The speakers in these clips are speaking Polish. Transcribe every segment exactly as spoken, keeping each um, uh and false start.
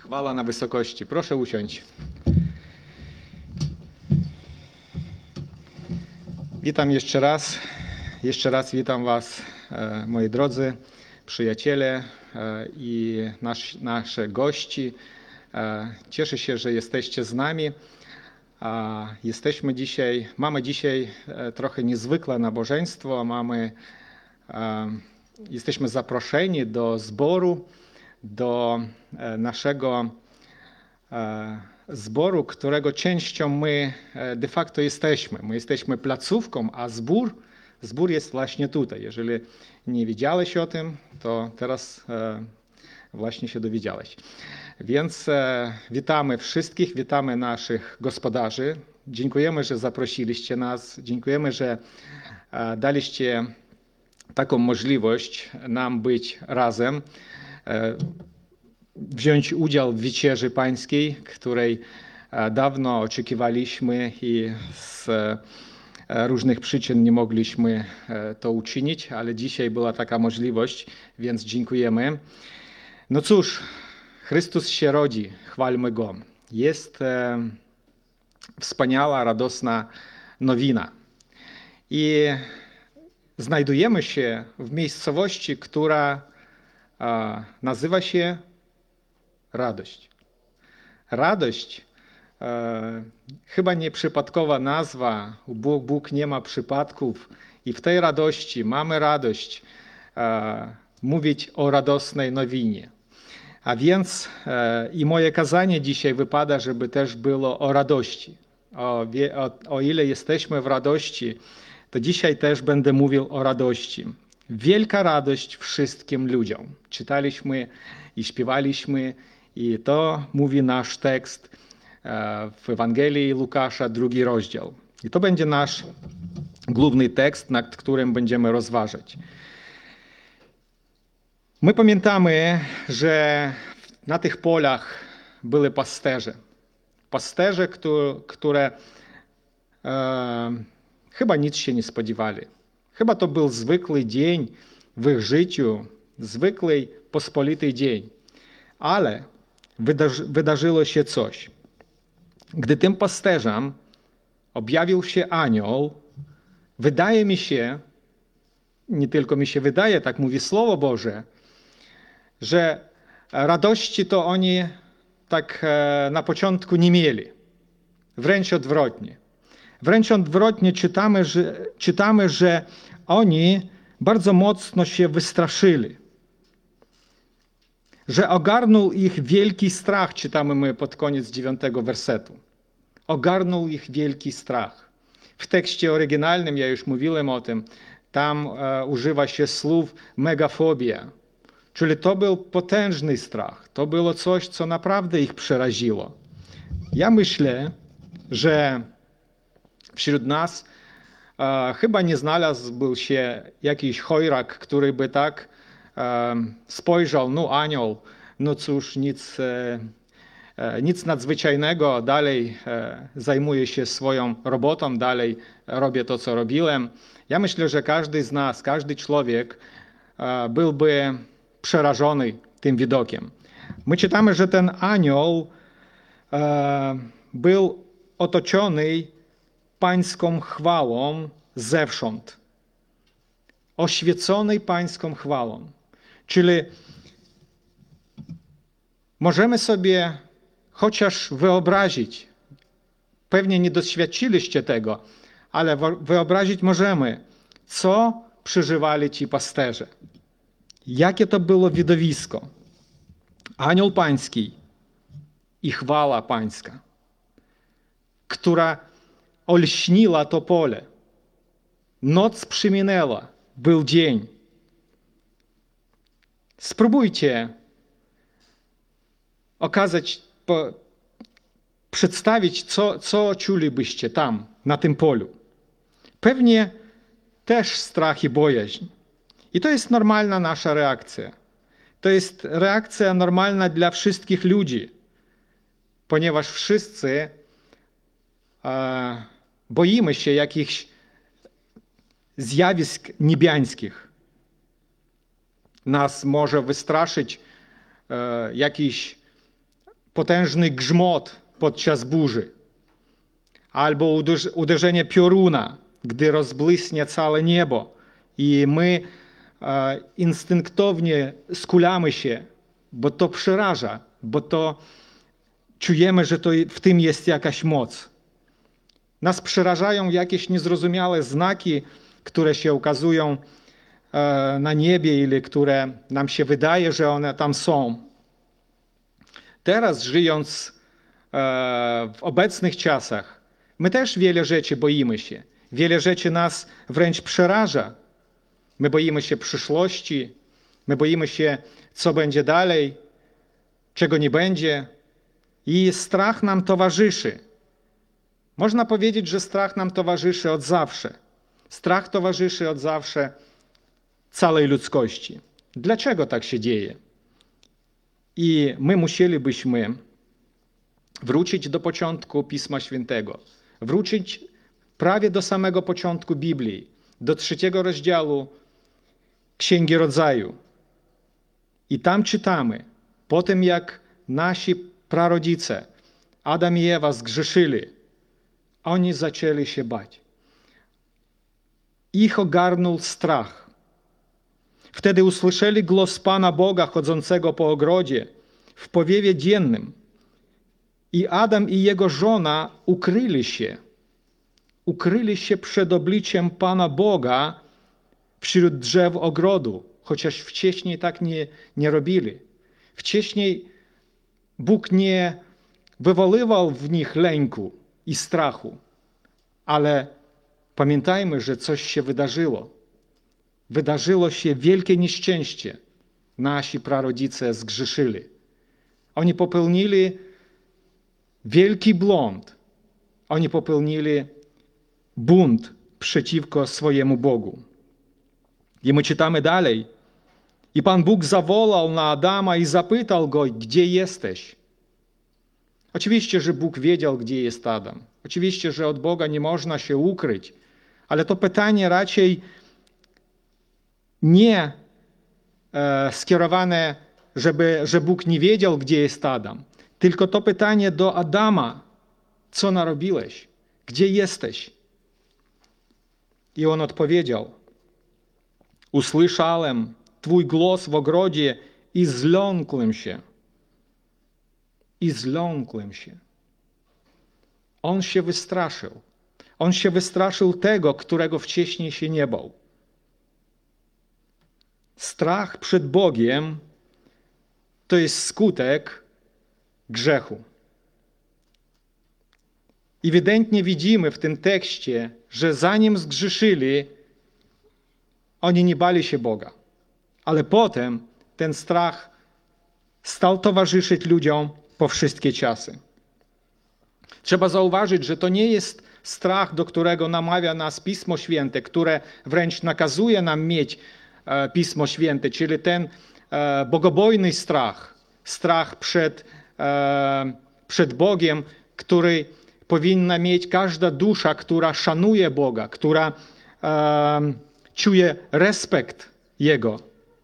Chwała na wysokości. Proszę usiąść. Witam jeszcze raz. Jeszcze raz witam Was, moi drodzy przyjaciele i nasz, nasze gości. Cieszę się, że jesteście z nami. Jesteśmy dzisiaj, mamy dzisiaj trochę niezwykłe nabożeństwo. Mamy, jesteśmy zaproszeni do zboru, do naszego zboru, którego częścią my de facto jesteśmy. My jesteśmy placówką, a zbór, zbór jest właśnie tutaj. Jeżeli nie wiedziałeś o tym, to teraz właśnie się dowiedziałeś. Więc witamy wszystkich, witamy naszych gospodarzy. Dziękujemy, że zaprosiliście nas. Dziękujemy, że daliście taką możliwość nam być razem, wziąć udział w Wieczerzy Pańskiej, której dawno oczekiwaliśmy i z różnych przyczyn nie mogliśmy to uczynić, ale dzisiaj była taka możliwość, więc dziękujemy. No cóż, Chrystus się rodzi, chwalmy Go. Jest wspaniała, radosna nowina. I znajdujemy się w miejscowości, która nazywa się Radość. Radość, e, chyba nieprzypadkowa nazwa, Bóg, Bóg nie ma przypadków i w tej radości mamy radość e, mówić o radosnej nowinie. A więc e, i moje kazanie dzisiaj wypada, żeby też było o radości. O, o, o ile jesteśmy w radości, to dzisiaj też będę mówił o radości. Wielka radość wszystkim ludziom. Czytaliśmy i śpiewaliśmy, i to mówi nasz tekst w Ewangelii Łukasza, drugi rozdział. I to będzie nasz główny tekst, nad którym będziemy rozważać. My pamiętamy, że na tych polach były pasterze. Pasterze, które e, chyba nic się nie spodziewali. Chyba to był zwykły dzień w ich życiu, zwykły, pospolity dzień. Ale wydarzy, wydarzyło się coś. Gdy tym pasterzom objawił się anioł, wydaje mi się, nie tylko mi się wydaje, tak mówi Słowo Boże, że radości to oni tak na początku nie mieli. Wręcz odwrotnie. Wręcz odwrotnie czytamy, że, czytamy, że oni bardzo mocno się wystraszyli. Że ogarnął ich wielki strach, czytamy my pod koniec dziewiątego wersetu. Ogarnął ich wielki strach. W tekście oryginalnym, ja już mówiłem o tym, tam e, używa się słów megafobia. Czyli to był potężny strach. To było coś, co naprawdę ich przeraziło. Ja myślę, że wśród nas e, chyba nie znalazłby się jakiś chojrak, który by tak e, spojrzał, no anioł, no cóż, nic, e, e, nic nadzwyczajnego, dalej e, zajmuję się swoją robotą, dalej robię to, co robiłem. Ja myślę, że każdy z nas, każdy człowiek e, byłby przerażony tym widokiem. My czytamy, że ten anioł e, był otoczony pańską chwałą zewsząd. Oświecony pańską chwałą. Czyli możemy sobie chociaż wyobrazić, pewnie nie doświadczyliście tego, ale wyobrazić możemy, co przeżywali ci pasterze. Jakie to było widowisko. Anioł pański i chwała pańska, która olśniła to pole. Noc przyminęła, był dzień. Spróbujcie okazać, po, przedstawić, co, co czulibyście tam, na tym polu. Pewnie też strach i bojaźń. I to jest normalna nasza reakcja. To jest reakcja normalna dla wszystkich ludzi, ponieważ wszyscy e, boimy się jakichś zjawisk niebiańskich. Nas może wystraszyć e, jakiś potężny grzmot podczas burzy, albo uderzenie pioruna, gdy rozbłysnie całe niebo i my e, instynktownie skulamy się, bo to przeraża, bo to czujemy, że to w tym jest jakaś moc. Nas przerażają jakieś niezrozumiałe znaki, które się ukazują e, na niebie, ili które nam się wydaje, że one tam są. Teraz, żyjąc e, w obecnych czasach, my też wiele rzeczy boimy się. Wiele rzeczy nas wręcz przeraża. My boimy się przyszłości, my boimy się, co będzie dalej, czego nie będzie. I strach nam towarzyszy. Można powiedzieć, że strach nam towarzyszy od zawsze. Strach towarzyszy od zawsze całej ludzkości. Dlaczego tak się dzieje? I my musielibyśmy wrócić do początku Pisma Świętego. Wrócić prawie do samego początku Biblii, do trzeciego rozdziału Księgi Rodzaju. I tam czytamy, po tym jak nasi prarodzice, Adam i Ewa, zgrzeszyli, oni zaczęli się bać. Ich ogarnął strach. Wtedy usłyszeli głos Pana Boga chodzącego po ogrodzie w powiewie dziennym. I Adam i jego żona ukryli się. Ukryli się przed obliczem Pana Boga wśród drzew ogrodu, chociaż wcześniej tak nie, nie robili. Wcześniej Bóg nie wywoływał w nich lęku i strachu, ale pamiętajmy, że coś się wydarzyło. Wydarzyło się wielkie nieszczęście. Nasi prarodzice zgrzeszyli. Oni popełnili wielki błąd. Oni popełnili bunt przeciwko swojemu Bogu. I my czytamy dalej. I Pan Bóg zawołał na Adama i zapytał go, gdzie jesteś? Oczywiście, że Bóg wiedział, gdzie jest Adam. Oczywiście, że od Boga nie można się ukryć. Ale to pytanie raczej nie e, skierowane, żeby, że Bóg nie wiedział, gdzie jest Adam. Tylko to pytanie do Adama. Co narobiłeś? Gdzie jesteś? I on odpowiedział. Usłyszałem Twój głos w ogrodzie i zląkłem się. I zląkłem się. On się wystraszył. On się wystraszył tego, którego wcześniej się nie bał. Strach przed Bogiem to jest skutek grzechu. Ewidentnie widzimy w tym tekście, że zanim zgrzeszyli, oni nie bali się Boga. Ale potem ten strach stał towarzyszyć ludziom po wszystkie czasy. Trzeba zauważyć, że to nie jest strach, do którego namawia nas Pismo Święte, które wręcz nakazuje nam mieć e, Pismo Święte, czyli ten e, bogobojny strach, strach przed, e, przed Bogiem, który powinna mieć każda dusza, która szanuje Boga, która e, czuje respekt Jego.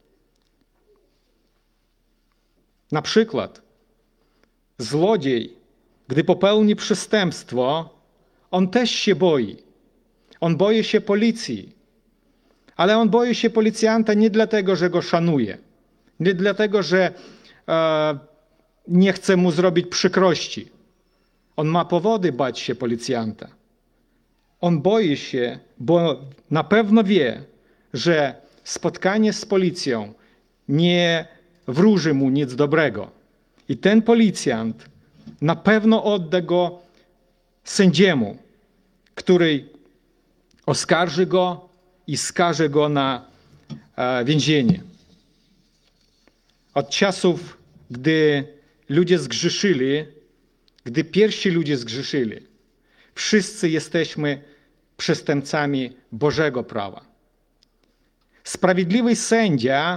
Na przykład złodziej, gdy popełni przestępstwo, on też się boi. On boi się policji. Ale on boi się policjanta nie dlatego, że go szanuje. Nie dlatego, że e, nie chce mu zrobić przykrości. On ma powody bać się policjanta. On boi się, bo na pewno wie, że spotkanie z policją nie wróży mu nic dobrego. I ten policjant na pewno odda go sędziemu, który oskarży go i skaże go na e, więzienie. Od czasów, gdy ludzie zgrzeszyli, gdy pierwsi ludzie zgrzeszyli, wszyscy jesteśmy przestępcami Bożego prawa. Sprawiedliwy sędzia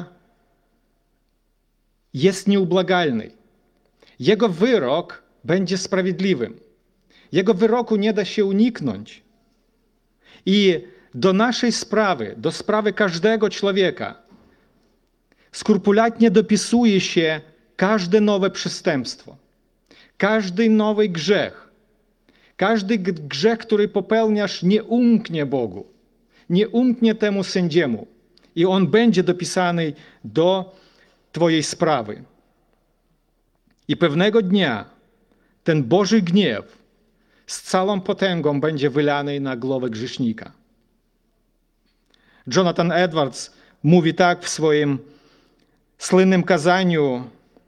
jest nieubłagalny. Jego wyrok będzie sprawiedliwym. Jego wyroku nie da się uniknąć. I do naszej sprawy, do sprawy każdego człowieka skrupulatnie dopisuje się każde nowe przestępstwo. Każdy nowy grzech, każdy grzech, który popełniasz, nie umknie Bogu, nie umknie temu sędziemu i on będzie dopisany do twojej sprawy. I pewnego dnia ten Boży gniew z całą potęgą będzie wylany na głowę grzesznika. Jonathan Edwards mówi tak w swoim słynnym kazaniu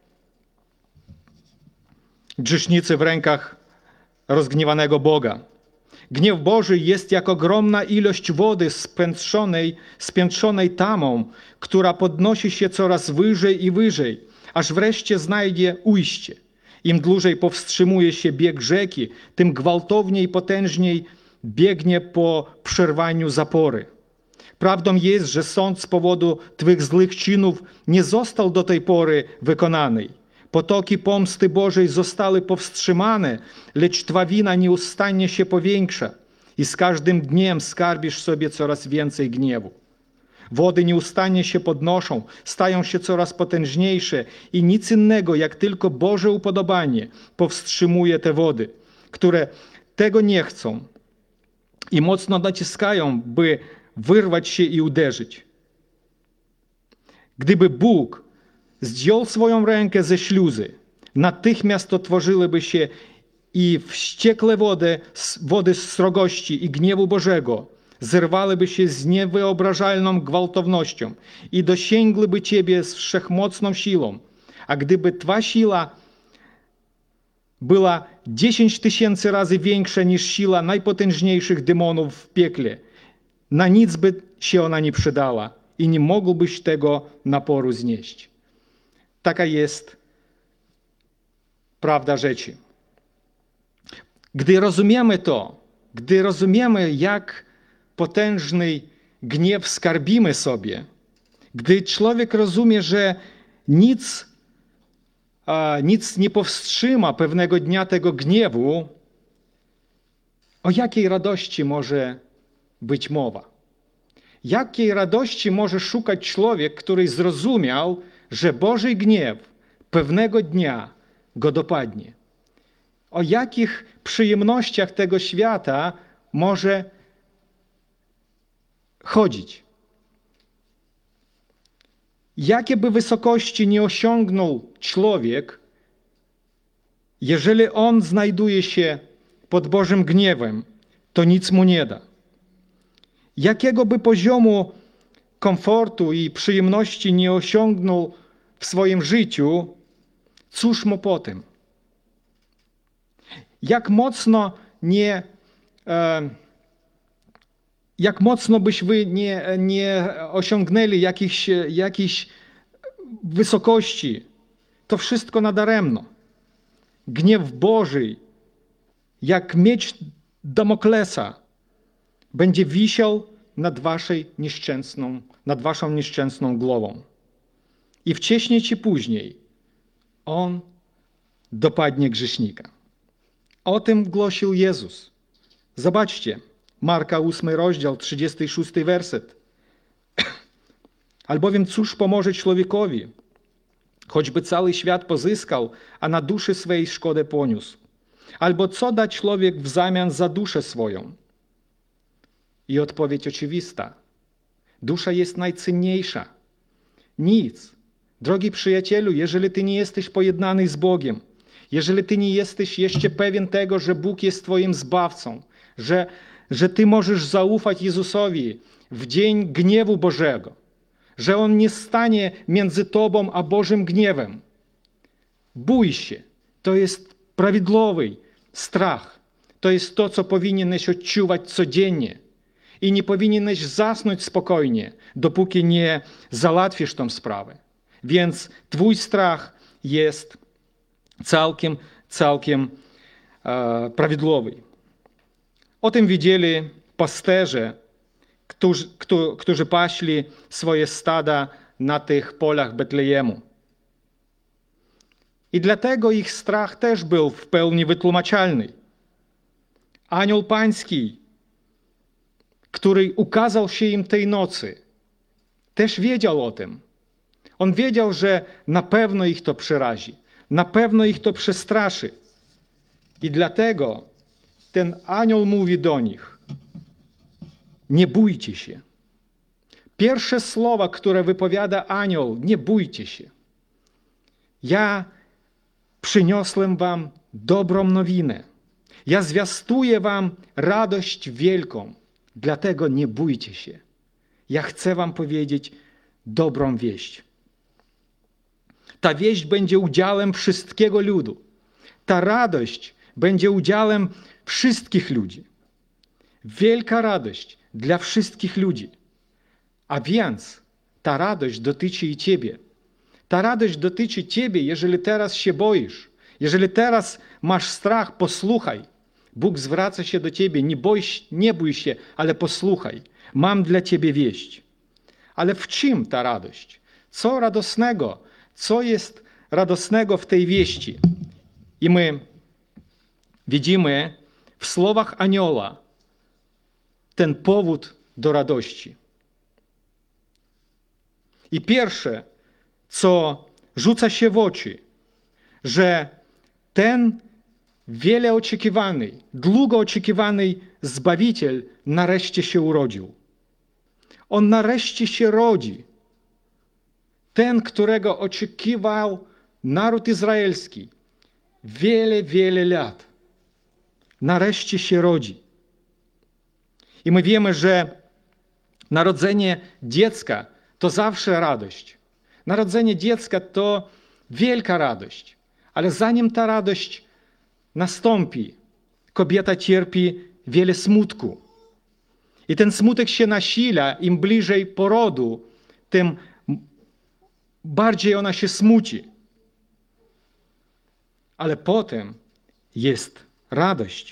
Grzesznicy w rękach rozgniewanego Boga. Gniew Boży jest jak ogromna ilość wody spiętrzonej, spiętrzonej tamą, która podnosi się coraz wyżej i wyżej, aż wreszcie znajdzie ujście. Im dłużej powstrzymuje się bieg rzeki, tym gwałtowniej i potężniej biegnie po przerwaniu zapory. Prawdą jest, że sąd z powodu Twych złych czynów nie został do tej pory wykonany. Potoki pomsty Bożej zostały powstrzymane, lecz Twa wina nieustannie się powiększa i z każdym dniem skarbisz sobie coraz więcej gniewu. Wody nieustannie się podnoszą, stają się coraz potężniejsze i nic innego, jak tylko Boże upodobanie powstrzymuje te wody, które tego nie chcą i mocno naciskają, by wyrwać się i uderzyć. Gdyby Bóg zdjął swoją rękę ze śluzy, natychmiast otworzyłyby się i wściekłe wody, wody srogości i gniewu Bożego zerwałyby się z niewyobrażalną gwałtownością i dosięgłyby Ciebie z wszechmocną siłą. A gdyby Twa siła była dziesięć tysięcy razy większa niż siła najpotężniejszych demonów w piekle, na nic by się ona nie przydała i nie mógłbyś tego naporu znieść. Taka jest prawda rzeczy. Gdy rozumiemy to, gdy rozumiemy, jak potężny gniew skarbimy sobie, gdy człowiek rozumie, że nic, a, nic nie powstrzyma pewnego dnia tego gniewu, o jakiej radości może być mowa? Jakiej radości może szukać człowiek, który zrozumiał, że Boży gniew pewnego dnia go dopadnie? O jakich przyjemnościach tego świata może chodzić? Jakie by wysokości nie osiągnął człowiek, jeżeli on znajduje się pod Bożym gniewem, to nic mu nie da. Jakiego by poziomu komfortu i przyjemności nie osiągnął w swoim życiu, cóż mu po tym? Jak mocno nie, jak mocno byś wy nie, nie osiągnęli jakichś, jakichś wysokości, to wszystko nadaremno. Gniew Boży, jak miecz Damoklesa, będzie wisiał nad, waszej nieszczęsną, nad waszą nieszczęsną głową. I wcześniej czy później on dopadnie grzesznika. O tym głosił Jezus. Zobaczcie, Marka ósmy rozdział, trzydziesty szósty werset. Albowiem cóż pomoże człowiekowi, choćby cały świat pozyskał, a na duszy swej szkodę poniósł? Albo co da człowiek w zamian za duszę swoją? I odpowiedź oczywista. Dusza jest najcenniejsza. Nic. Drogi przyjacielu, jeżeli ty nie jesteś pojednany z Bogiem, jeżeli ty nie jesteś jeszcze pewien tego, że Bóg jest twoim Zbawcą, że, że ty możesz zaufać Jezusowi w dzień gniewu Bożego, że On nie stanie między tobą a Bożym gniewem, bój się. To jest prawidłowy strach. To jest to, co powinieneś odczuwać codziennie. I nie powinieneś zasnąć spokojnie, dopóki nie załatwisz tą sprawę. Więc twój strach jest całkiem, całkiem e, prawidłowy. O tym wiedzieli pasterze, którzy, którzy paśli swoje stada na tych polach Betlejemu. I dlatego ich strach też był w pełni wytłumaczalny. Anioł Pański, który ukazał się im tej nocy, też wiedział o tym. On wiedział, że na pewno ich to przerazi, na pewno ich to przestraszy. I dlatego ten anioł mówi do nich: nie bójcie się. Pierwsze słowa, które wypowiada anioł: nie bójcie się. Ja przyniosłem wam dobrą nowinę. Ja zwiastuję wam radość wielką. Dlatego nie bójcie się. Ja chcę wam powiedzieć dobrą wieść. Ta wieść będzie udziałem wszystkiego ludu. Ta radość będzie udziałem wszystkich ludzi. Wielka radość dla wszystkich ludzi. A więc ta radość dotyczy i ciebie. Ta radość dotyczy ciebie, jeżeli teraz się boisz. Jeżeli teraz masz strach, posłuchaj. Bóg zwraca się do ciebie. Nie bój, nie bój się, ale posłuchaj. Mam dla ciebie wieść. Ale w czym ta radość? Co radosnego? Co jest radosnego w tej wieści? I my widzimy w słowach anioła ten powód do radości. I pierwsze, co rzuca się w oczy, że ten wiele oczekiwany, długo oczekiwany Zbawiciel nareszcie się urodził. On nareszcie się rodzi. Ten, którego oczekiwał naród izraelski wiele, wiele lat. Nareszcie się rodzi. I my wiemy, że narodzenie dziecka to zawsze radość. Narodzenie dziecka to wielka radość. Ale zanim ta radość nastąpi, kobieta cierpi wiele smutku. I ten smutek się nasila, im bliżej porodu, tym bardziej ona się smuci. Ale potem jest radość.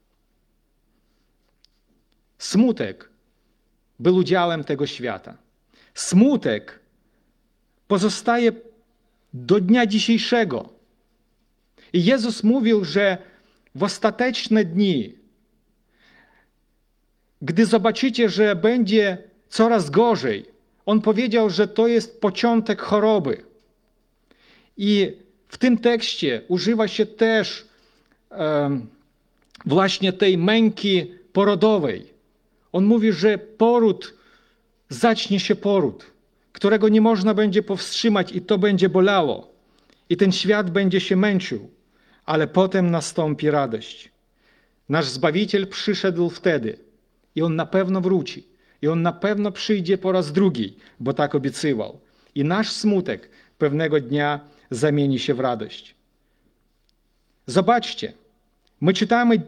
Smutek był udziałem tego świata. Smutek pozostaje do dnia dzisiejszego. I Jezus mówił, że w ostateczne dni, gdy zobaczycie, że będzie coraz gorzej, On powiedział, że to jest początek choroby. I w tym tekście używa się też um, właśnie tej męki porodowej. On mówi, że poród, zacznie się poród, którego nie można będzie powstrzymać i to będzie bolało. I ten świat będzie się męczył, ale potem nastąpi radość. Nasz Zbawiciel przyszedł wtedy i On na pewno wróci. I On na pewno przyjdzie po raz drugi, bo tak obiecywał. I nasz smutek pewnego dnia zamieni się w radość. Zobaczcie, my czytamy,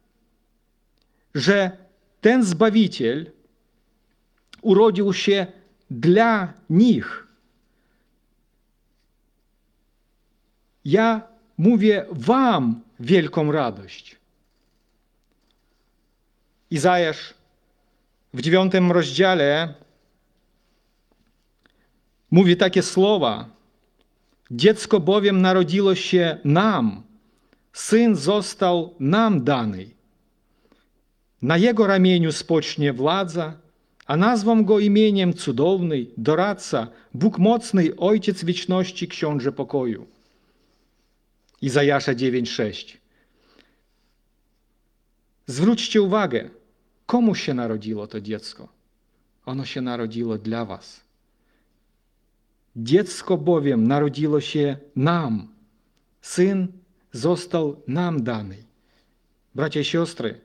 że ten Zbawiciel urodził się dla nich. Ja mówię wam wielką radość. Izajasz w dziewiątym rozdziale mówi takie słowa: dziecko bowiem narodziło się nam, syn został nam dany. Na jego ramieniu spocznie władza, a nazwą go imieniem cudowny, doradca, Bóg mocny, Ojciec wieczności, książę pokoju. Izajasza dziewięć sześć. Zwróćcie uwagę, komu się narodziło to dziecko? Ono się narodziło dla was. Dziecko bowiem narodziło się nam. Syn został nam dany. Bracia i siostry,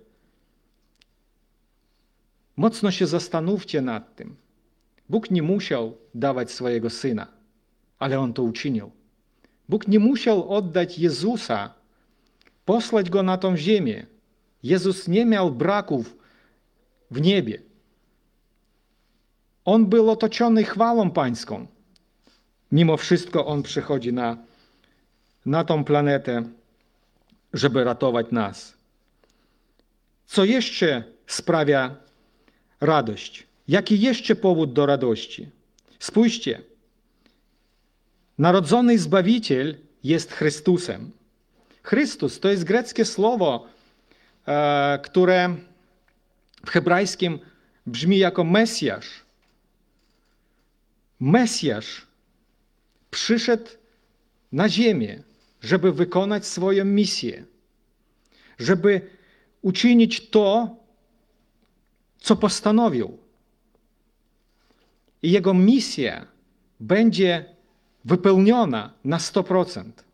mocno się zastanówcie nad tym. Bóg nie musiał dawać swojego Syna, ale On to uczynił. Bóg nie musiał oddać Jezusa, posłać Go na tą ziemię. Jezus nie miał braków w niebie. On był otoczony chwałą pańską. Mimo wszystko On przychodzi na, na tą planetę, żeby ratować nas. Co jeszcze sprawia radość? Jaki jeszcze powód do radości? Spójrzcie. Narodzony Zbawiciel jest Chrystusem. Chrystus to jest greckie słowo, e, które w hebrajskim brzmi jako Mesjasz. Mesjasz przyszedł na ziemię, żeby wykonać swoją misję. żeby uczynić to, co postanowił. I jego misja będzie wypełniona na sto procent.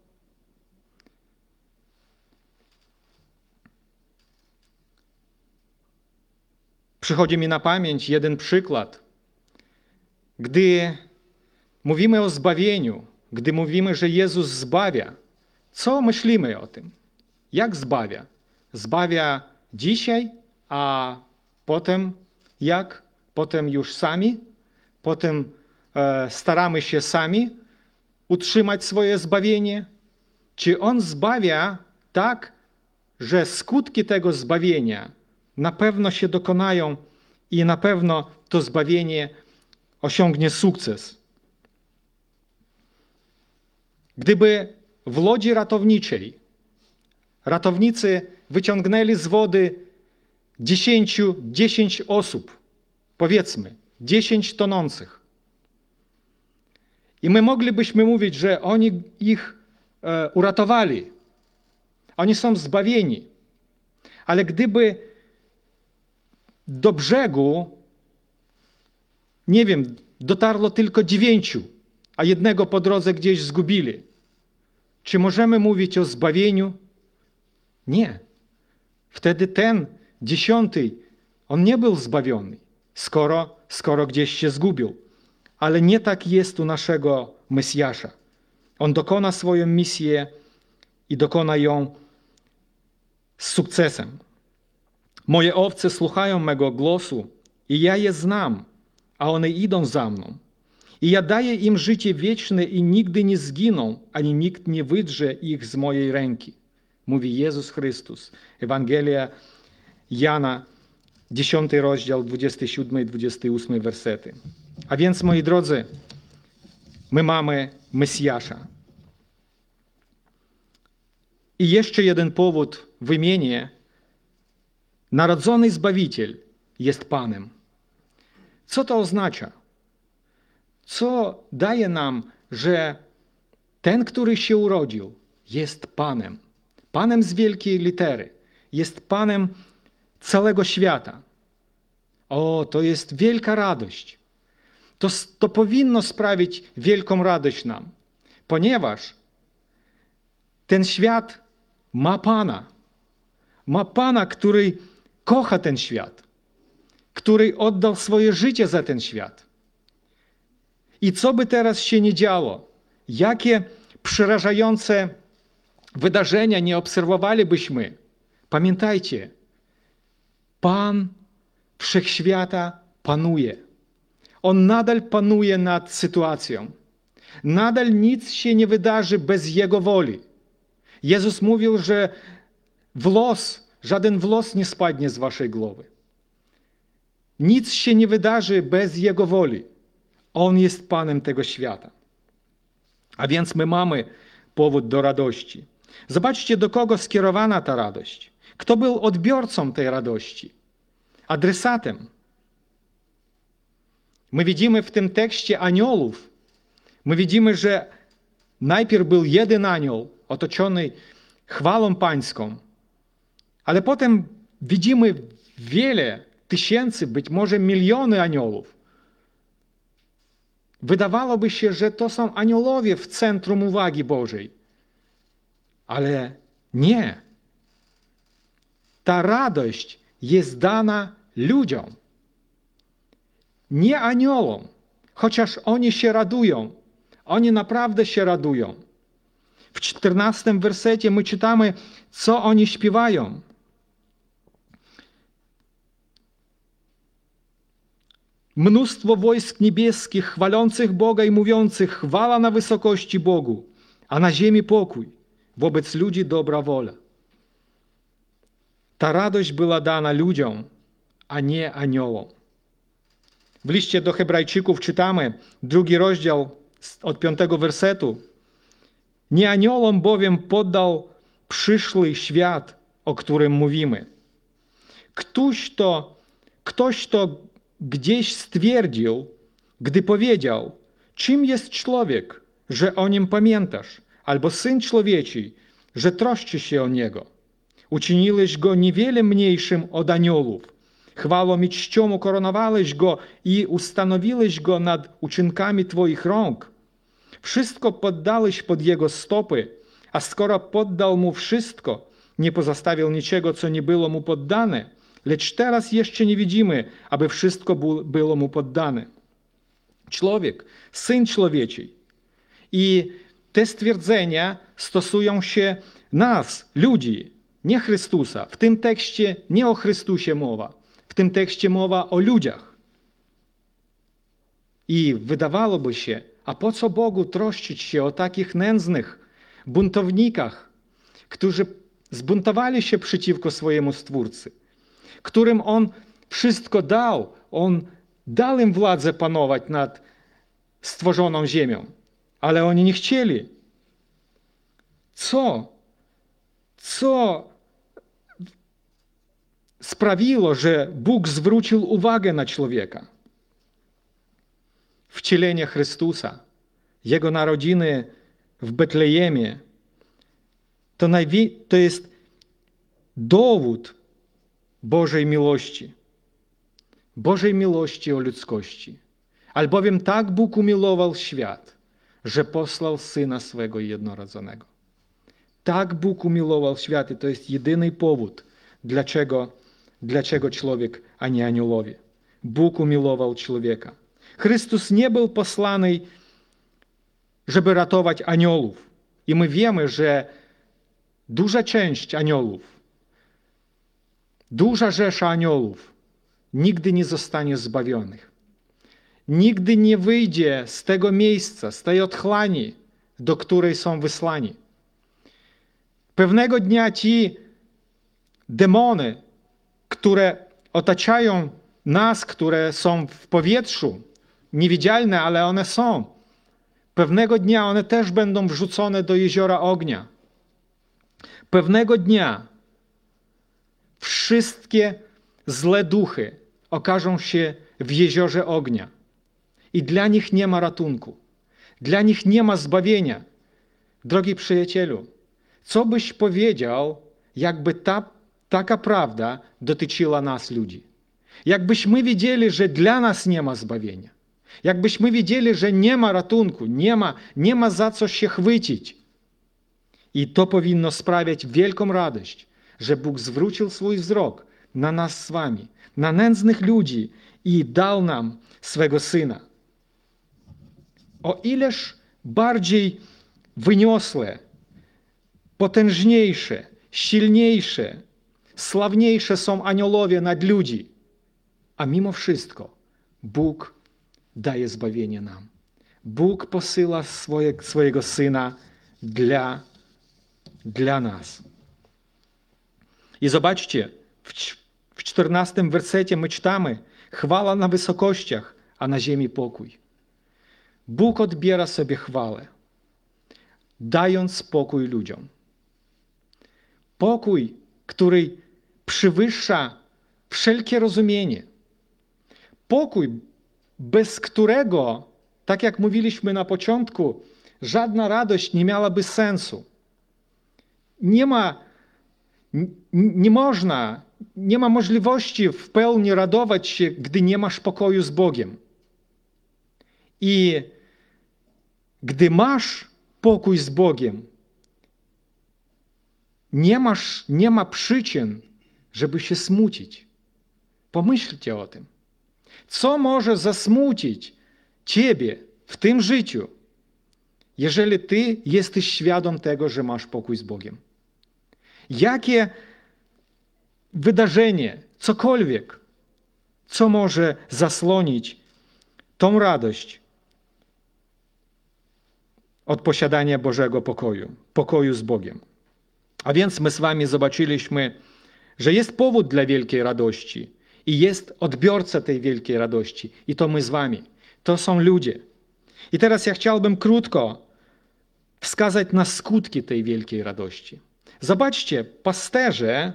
Przychodzi mi na pamięć jeden przykład. Gdy mówimy o zbawieniu, gdy mówimy, że Jezus zbawia, co myślimy o tym? Jak zbawia? Zbawia dzisiaj, a potem jak? Potem już sami? Potem e, staramy się sami utrzymać swoje zbawienie? Czy On zbawia tak, że skutki tego zbawienia na pewno się dokonają i na pewno to zbawienie osiągnie sukces? Gdyby w łodzi ratowniczej ratownicy wyciągnęli z wody dziesięciu, dziesięć osób, powiedzmy, dziesięć tonących, i my moglibyśmy mówić, że oni ich e, uratowali, oni są zbawieni, ale gdyby do brzegu, nie wiem, dotarło tylko dziewięciu, a jednego po drodze gdzieś zgubili, czy możemy mówić o zbawieniu? Nie. Wtedy ten dziesiąty, on nie był zbawiony, skoro, skoro gdzieś się zgubił. Ale nie tak jest u naszego Mesjasza. On dokona swoją misję i dokona ją z sukcesem. Moje owce słuchają mego głosu i ja je znam, a one idą za mną. I ja daję im życie wieczne i nigdy nie zginą, ani nikt nie wydrze ich z mojej ręki. Mówi Jezus Chrystus. Ewangelia Jana, dziesiąty rozdział, dwudziesty siódmy i dwudziesty ósmy wersety. A więc, moi drodzy, my mamy Mesjasza. I jeszcze jeden powód wymienię. Narodzony Zbawiciel jest Panem. Co to oznacza? Co daje nam, że ten, który się urodził, jest Panem. Panem z wielkiej litery. Jest Panem całego świata. O, to jest wielka radość. To, to powinno sprawić wielką radość nam, ponieważ ten świat ma Pana. Ma Pana, który kocha ten świat, który oddał swoje życie za ten świat. I co by teraz się nie działo, jakie przerażające wydarzenia nie obserwowalibyśmy, pamiętajcie, Pan Wszechświata panuje. On nadal panuje nad sytuacją. Nadal nic się nie wydarzy bez Jego woli. Jezus mówił, że włos, żaden włos nie spadnie z waszej głowy. Nic się nie wydarzy bez Jego woli. On jest Panem tego świata. A więc my mamy powód do radości. Zobaczcie, do kogo skierowana ta radość. Kto był odbiorcą tej radości? Adresatem. My widzimy w tym tekście aniołów. My widzimy, że najpierw był jeden anioł, otoczony chwałą pańską, ale potem widzimy wiele tysięcy, być może miliony aniołów. Wydawałoby się, że to są aniołowie w centrum uwagi Bożej. Ale nie. Ta radość jest dana ludziom. Nie aniołom, chociaż oni się radują. Oni naprawdę się radują. W czternastym wersecie my czytamy, co oni śpiewają. Mnóstwo wojsk niebieskich, chwalących Boga i mówiących: chwała na wysokości Bogu, a na ziemi pokój, wobec ludzi dobra wola. Ta radość była dana ludziom, a nie aniołom. W liście do Hebrajczyków czytamy, drugi rozdział od piątego wersetu. Nie aniołom bowiem poddał przyszły świat, o którym mówimy. Ktoś to, ktoś to gdzieś stwierdził, gdy powiedział: czym jest człowiek, że o nim pamiętasz, albo syn człowieczy, że troszczy się o niego. Uczyniłeś go niewiele mniejszym od aniołów. Chwałą i czcią ukoronowałeś go i ustanowiłeś go nad uczynkami Twoich rąk. Wszystko poddałeś pod jego stopy, a skoro poddał mu wszystko, nie pozostawił niczego, co nie było mu poddane, lecz teraz jeszcze nie widzimy, aby wszystko było mu poddane. Człowiek, Syn Człowieczy. I te stwierdzenia stosują się nas, ludzi, nie Chrystusa. W tym tekście nie o Chrystusie mowa. W tym tekście mowa o ludziach. I wydawałoby się, a po co Bogu troszczyć się o takich nędznych buntownikach, którzy zbuntowali się przeciwko swojemu Stwórcy, którym On wszystko dał. On dał im władzę panować nad stworzoną ziemią, ale oni nie chcieli. Co? Co sprawiło, że Bóg zwrócił uwagę na człowieka? Wcielenie Chrystusa, Jego narodziny w Betlejemie, to, najwi- to jest dowód Bożej miłości. Bożej miłości o ludzkości. Albowiem tak Bóg umiłował świat, że posłał Syna swego jednorodzonego. Tak Bóg umiłował świat i to jest jedyny powód, dlaczego, dlaczego człowiek, a nie aniołowie. Bóg umiłował człowieka. Chrystus nie był posłany, żeby ratować aniołów. I my wiemy, że duża część aniołów, duża rzesza aniołów nigdy nie zostanie zbawionych. Nigdy nie wyjdzie z tego miejsca, z tej otchłani, do której są wysłani. Pewnego dnia ci demony, które otaczają nas, które są w powietrzu, niewidzialne, ale one są. Pewnego dnia one też będą wrzucone do jeziora ognia. Pewnego dnia wszystkie złe duchy okażą się w jeziorze ognia. I dla nich nie ma ratunku. Dla nich nie ma zbawienia. Drogi przyjacielu, co byś powiedział, jakby ta, taka prawda dotyczyła nas, ludzi? Jakbyśmy wiedzieli, że dla nas nie ma zbawienia. Jakbyśmy wiedzieli, że nie ma ratunku, nie ma, nie ma za co się chwycić. I to powinno sprawiać wielką radość, że Bóg zwrócił swój wzrok na nas z wami, na nędznych ludzi i dał nam swego Syna. O ileż bardziej wyniosłe, potężniejsze, silniejsze, sławniejsze są aniołowie nad ludzi, a mimo wszystko Bóg daje zbawienie nam. Bóg posyła swoje, swojego Syna dla, dla nas. I zobaczcie, w, w czternastym wersecie my czytamy: chwała na wysokościach, a na ziemi pokój. Bóg odbiera sobie chwałę, dając spokój ludziom. Pokój, który przewyższa wszelkie rozumienie. Pokój, bez którego, tak jak mówiliśmy na początku, żadna radość nie miałaby sensu. Nie ma, nie można, nie ma możliwości w pełni radować się, gdy nie masz pokoju z Bogiem. I gdy masz pokój z Bogiem, nie masz, nie ma przyczyn, żeby się smucić. Pomyślcie o tym. Co może zasmucić ciebie w tym życiu, jeżeli ty jesteś świadom tego, że masz pokój z Bogiem? Jakie wydarzenie, cokolwiek, co może zasłonić tą radość od posiadania Bożego pokoju, pokoju z Bogiem? A więc my z wami zobaczyliśmy, że jest powód dla wielkiej radości i jest odbiorca tej wielkiej radości. I to my z wami. To są ludzie. I teraz ja chciałbym krótko wskazać na skutki tej wielkiej radości. Zobaczcie, pasterze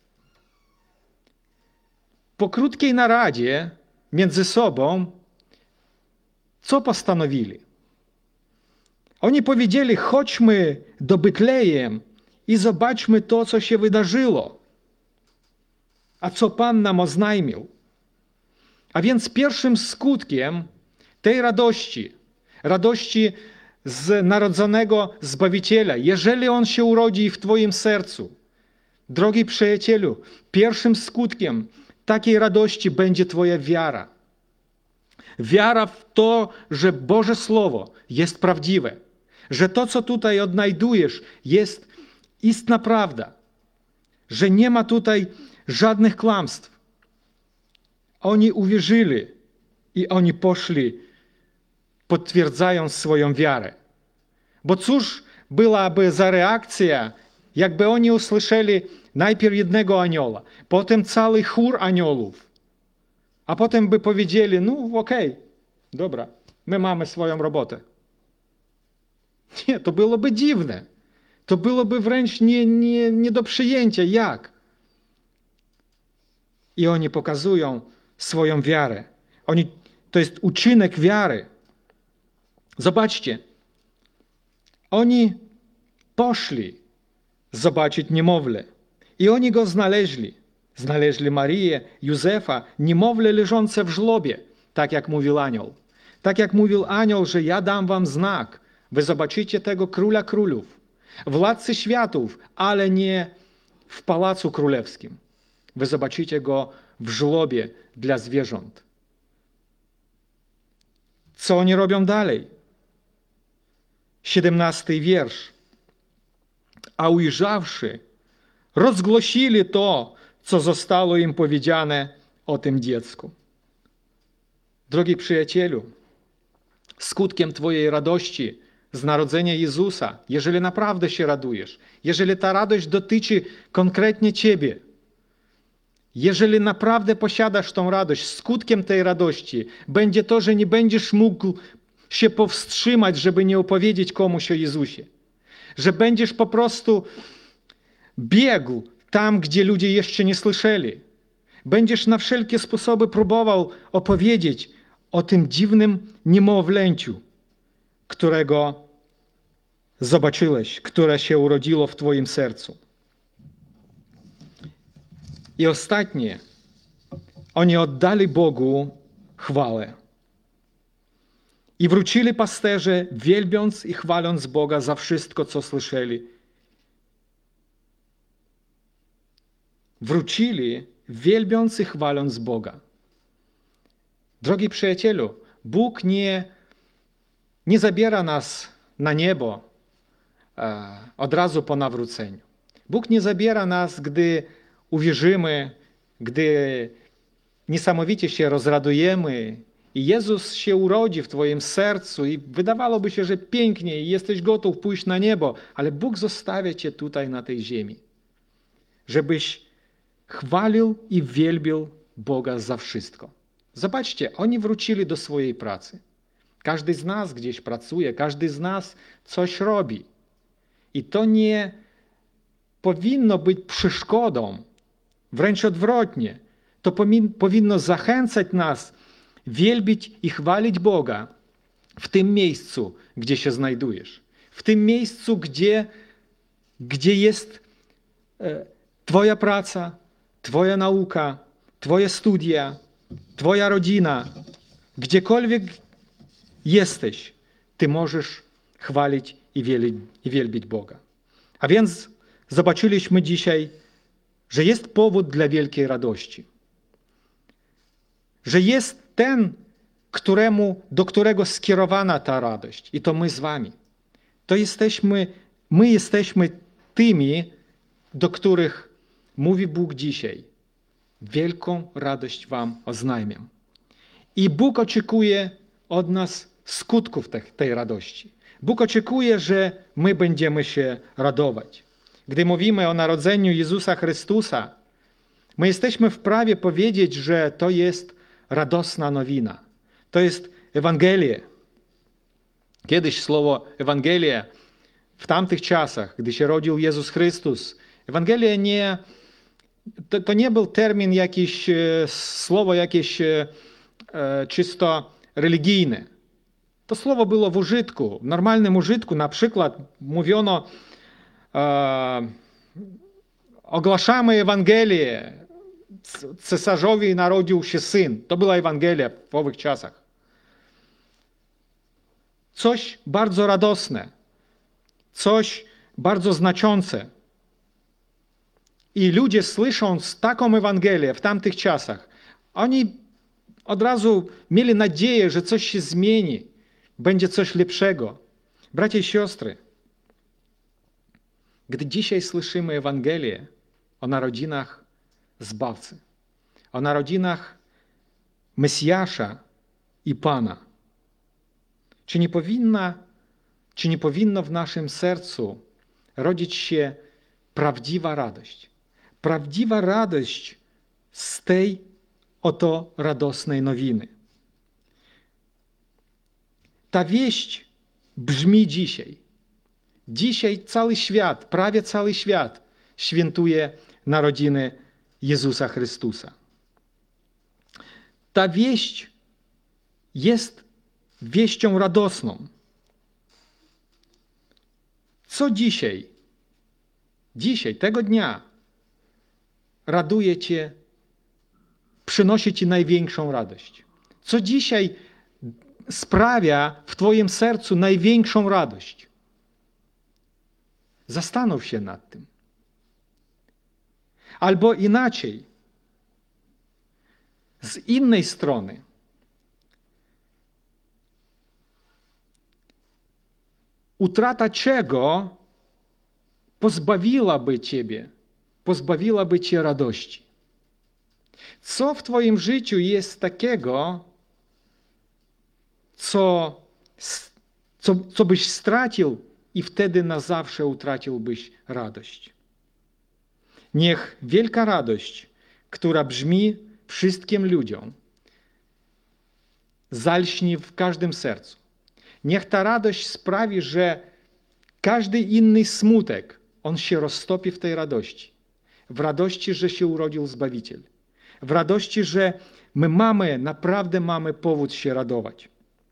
po krótkiej naradzie między sobą co postanowili? Oni powiedzieli: chodźmy do Betlejem i zobaczmy to, co się wydarzyło, a co Pan nam oznajmił. A więc pierwszym skutkiem tej radości, radości z narodzonego Zbawiciela, jeżeli On się urodzi w Twoim sercu, drogi przyjacielu, pierwszym skutkiem takiej radości będzie Twoja wiara. Wiara w to, że Boże Słowo jest prawdziwe, że to, co tutaj odnajdujesz, jest istna prawda, że nie ma tutaj żadnych kłamstw. Oni uwierzyli i oni poszli, potwierdzając swoją wiarę. Bo cóż byłaby za reakcja, jakby oni usłyszeli najpierw jednego anioła, potem cały chór aniołów, a potem by powiedzieli, no okej, okay, dobra, my mamy swoją robotę. Nie, to byłoby dziwne. To byłoby wręcz nie, nie, nie do przyjęcia. Jak? I oni pokazują swoją wiarę. Oni, to jest uczynek wiary. Zobaczcie. Oni poszli zobaczyć niemowlę. I oni go znaleźli. Znaleźli Marię, Józefa, niemowlę leżące w żłobie, tak jak mówił anioł. Tak jak mówił anioł, że ja dam wam znak. Wy zobaczycie tego króla królów, władcy światów, ale nie w pałacu królewskim. Wy zobaczycie go w żłobie dla zwierząt. Co oni robią dalej? siedemnasty wiersz. A ujrzawszy, rozgłosili to, co zostało im powiedziane o tym dziecku. Drogi przyjacielu, skutkiem Twojej radości z narodzenia Jezusa, jeżeli naprawdę się radujesz, jeżeli ta radość dotyczy konkretnie Ciebie, jeżeli naprawdę posiadasz tą radość, skutkiem tej radości będzie to, że nie będziesz mógł się powstrzymać, żeby nie opowiedzieć komuś o Jezusie. Że będziesz po prostu biegł tam, gdzie ludzie jeszcze nie słyszeli. Będziesz na wszelkie sposoby próbował opowiedzieć o tym dziwnym niemowlęciu, którego zobaczyłeś, które się urodziło w Twoim sercu. I ostatnie, oni oddali Bogu chwałę. I wrócili pasterze, wielbiąc i chwaląc Boga za wszystko, co słyszeli. Wrócili, wielbiąc i chwaląc Boga. Drogi przyjacielu, Bóg nie, nie zabiera nas na niebo e, od razu po nawróceniu. Bóg nie zabiera nas, gdy uwierzymy, gdy niesamowicie się rozradujemy i Jezus się urodzi w Twoim sercu i wydawałoby się, że pięknie i jesteś gotów pójść na niebo, ale Bóg zostawia Cię tutaj na tej ziemi, żebyś chwalił i wielbił Boga za wszystko. Zobaczcie, oni wrócili do swojej pracy. Każdy z nas gdzieś pracuje, każdy z nas coś robi. I to nie powinno być przeszkodą, wręcz odwrotnie. To powinno zachęcać nas wielbić i chwalić Boga w tym miejscu, gdzie się znajdujesz. W tym miejscu, gdzie, gdzie jest e, Twoja praca, Twoja nauka, Twoje studia, Twoja rodzina. Gdziekolwiek jesteś, Ty możesz chwalić i wielbić, i wielbić Boga. A więc zobaczyliśmy dzisiaj, że jest powód dla wielkiej radości. Że jest ten, któremu, do którego skierowana ta radość. I to my z wami. To jesteśmy, my jesteśmy tymi, do których mówi Bóg dzisiaj. Wielką radość wam oznajmiam. I Bóg oczekuje od nas skutków tej, tej radości. Bóg oczekuje, że my będziemy się radować. Gdy mówimy o narodzeniu Jezusa Chrystusa, my jesteśmy w prawie powiedzieć, że to jest radosna nowina. To jest Ewangelia. Kiedyś słowo Ewangelia w tamtych czasach, gdy się rodził Jezus Chrystus, Ewangelia nie, to, to nie był termin jakiś, słowo jakieś e, czysto religijne. To słowo było w użytku, w normalnym użytku. Na przykład mówiono e, ogłaszamy Ewangelię, cesarzowi narodził się syn. To była Ewangelia w owych czasach. Coś bardzo radosne, coś bardzo znaczące. I ludzie, słysząc taką Ewangelię w tamtych czasach, oni od razu mieli nadzieję, że coś się zmieni, będzie coś lepszego. Bracia i siostry, gdy dzisiaj słyszymy Ewangelię o narodzinach Zbawcy, o narodzinach Mesjasza i Pana, czy nie powinna, czy nie powinno w naszym sercu rodzić się prawdziwa radość? Prawdziwa radość z tej oto radosnej nowiny. Ta wieść brzmi dzisiaj. Dzisiaj cały świat, prawie cały świat świętuje narodziny Jezusa Chrystusa. Ta wieść jest wieścią radosną. Co dzisiaj, dzisiaj, tego dnia raduje Cię, przynosi Ci największą radość? Co dzisiaj sprawia w Twoim sercu największą radość? Zastanów się nad tym. Albo inaczej, z innej strony, utrata czego pozbawiłaby Ciebie, pozbawiłaby Cię radości? Co w Twoim życiu jest takiego, co, co, co byś stracił i wtedy na zawsze utraciłbyś radość? Niech wielka radość, która brzmi wszystkim ludziom, zalśni w każdym sercu. Niech ta radość sprawi, że każdy inny smutek, on się roztopi w tej radości. W radości, że się urodził Zbawiciel. W radości, że my mamy, naprawdę mamy powód się radować.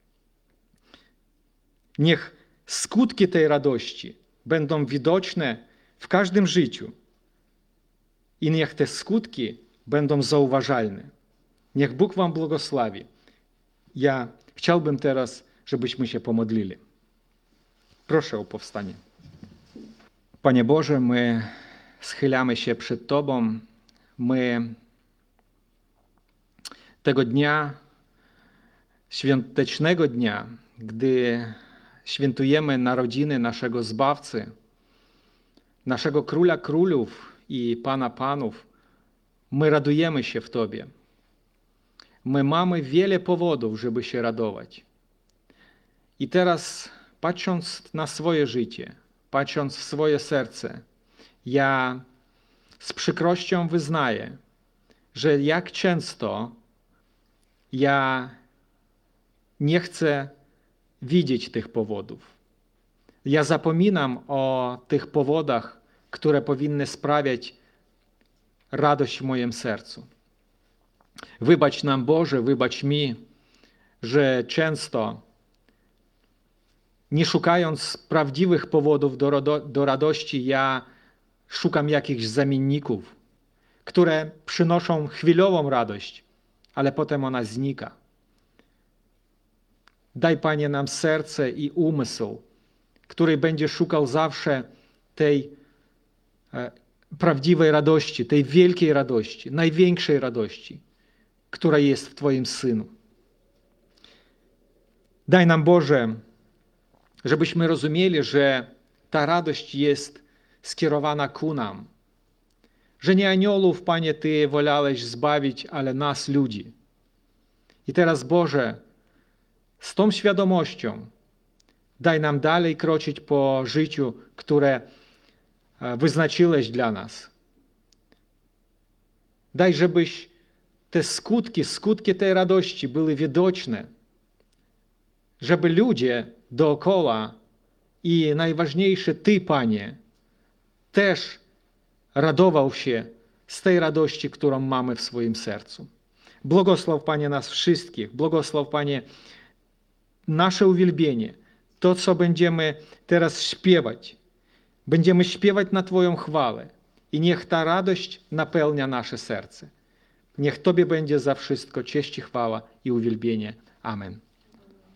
Niech skutki tej radości będą widoczne w każdym życiu. I niech te skutki będą zauważalne. Niech Bóg wam błogosławi. Ja chciałbym teraz, żebyśmy się pomodlili. Proszę o powstanie. Panie Boże, my schylamy się przed Tobą. My tego dnia, świątecznego dnia, gdy świętujemy narodziny naszego Zbawcy, naszego Króla Królów i Pana Panów, my radujemy się w Tobie. My mamy wiele powodów, żeby się radować. I teraz, patrząc na swoje życie, patrząc w swoje serce, ja z przykrością wyznaję, że jak często ja nie chcę widzieć tych powodów. Ja zapominam o tych powodach, które powinny sprawiać radość w moim sercu. Wybacz nam, Boże, wybacz mi, że często, nie szukając prawdziwych powodów do, do radości, ja szukam jakichś zamienników, które przynoszą chwilową radość, ale potem ona znika. Daj, Panie, nam serce i umysł, który będzie szukał zawsze tej e, prawdziwej radości, tej wielkiej radości, największej radości, która jest w Twoim Synu. Daj nam, Boże, żebyśmy rozumieli, że ta radość jest skierowana ku nam. Że nie aniołów, Panie, Ty wolałeś zbawić, ale nas, ludzi. I teraz, Boże, z tą świadomością daj nam dalej kroczyć po życiu, które wyznaczyłeś dla nas. Daj, żebyś te skutki, skutki tej radości były widoczne, żeby ludzie dookoła i najważniejsze Ty, Panie, też radował się z tej radości, którą mamy w swoim sercu. Błogosław, Panie, nas wszystkich. Błogosław, Panie, nasze uwielbienie, to, co będziemy teraz śpiewać. Będziemy śpiewać na Twoją chwałę i niech ta radość napełnia nasze serce. Niech Tobie będzie za wszystko cześć i chwała i uwielbienie. Amen.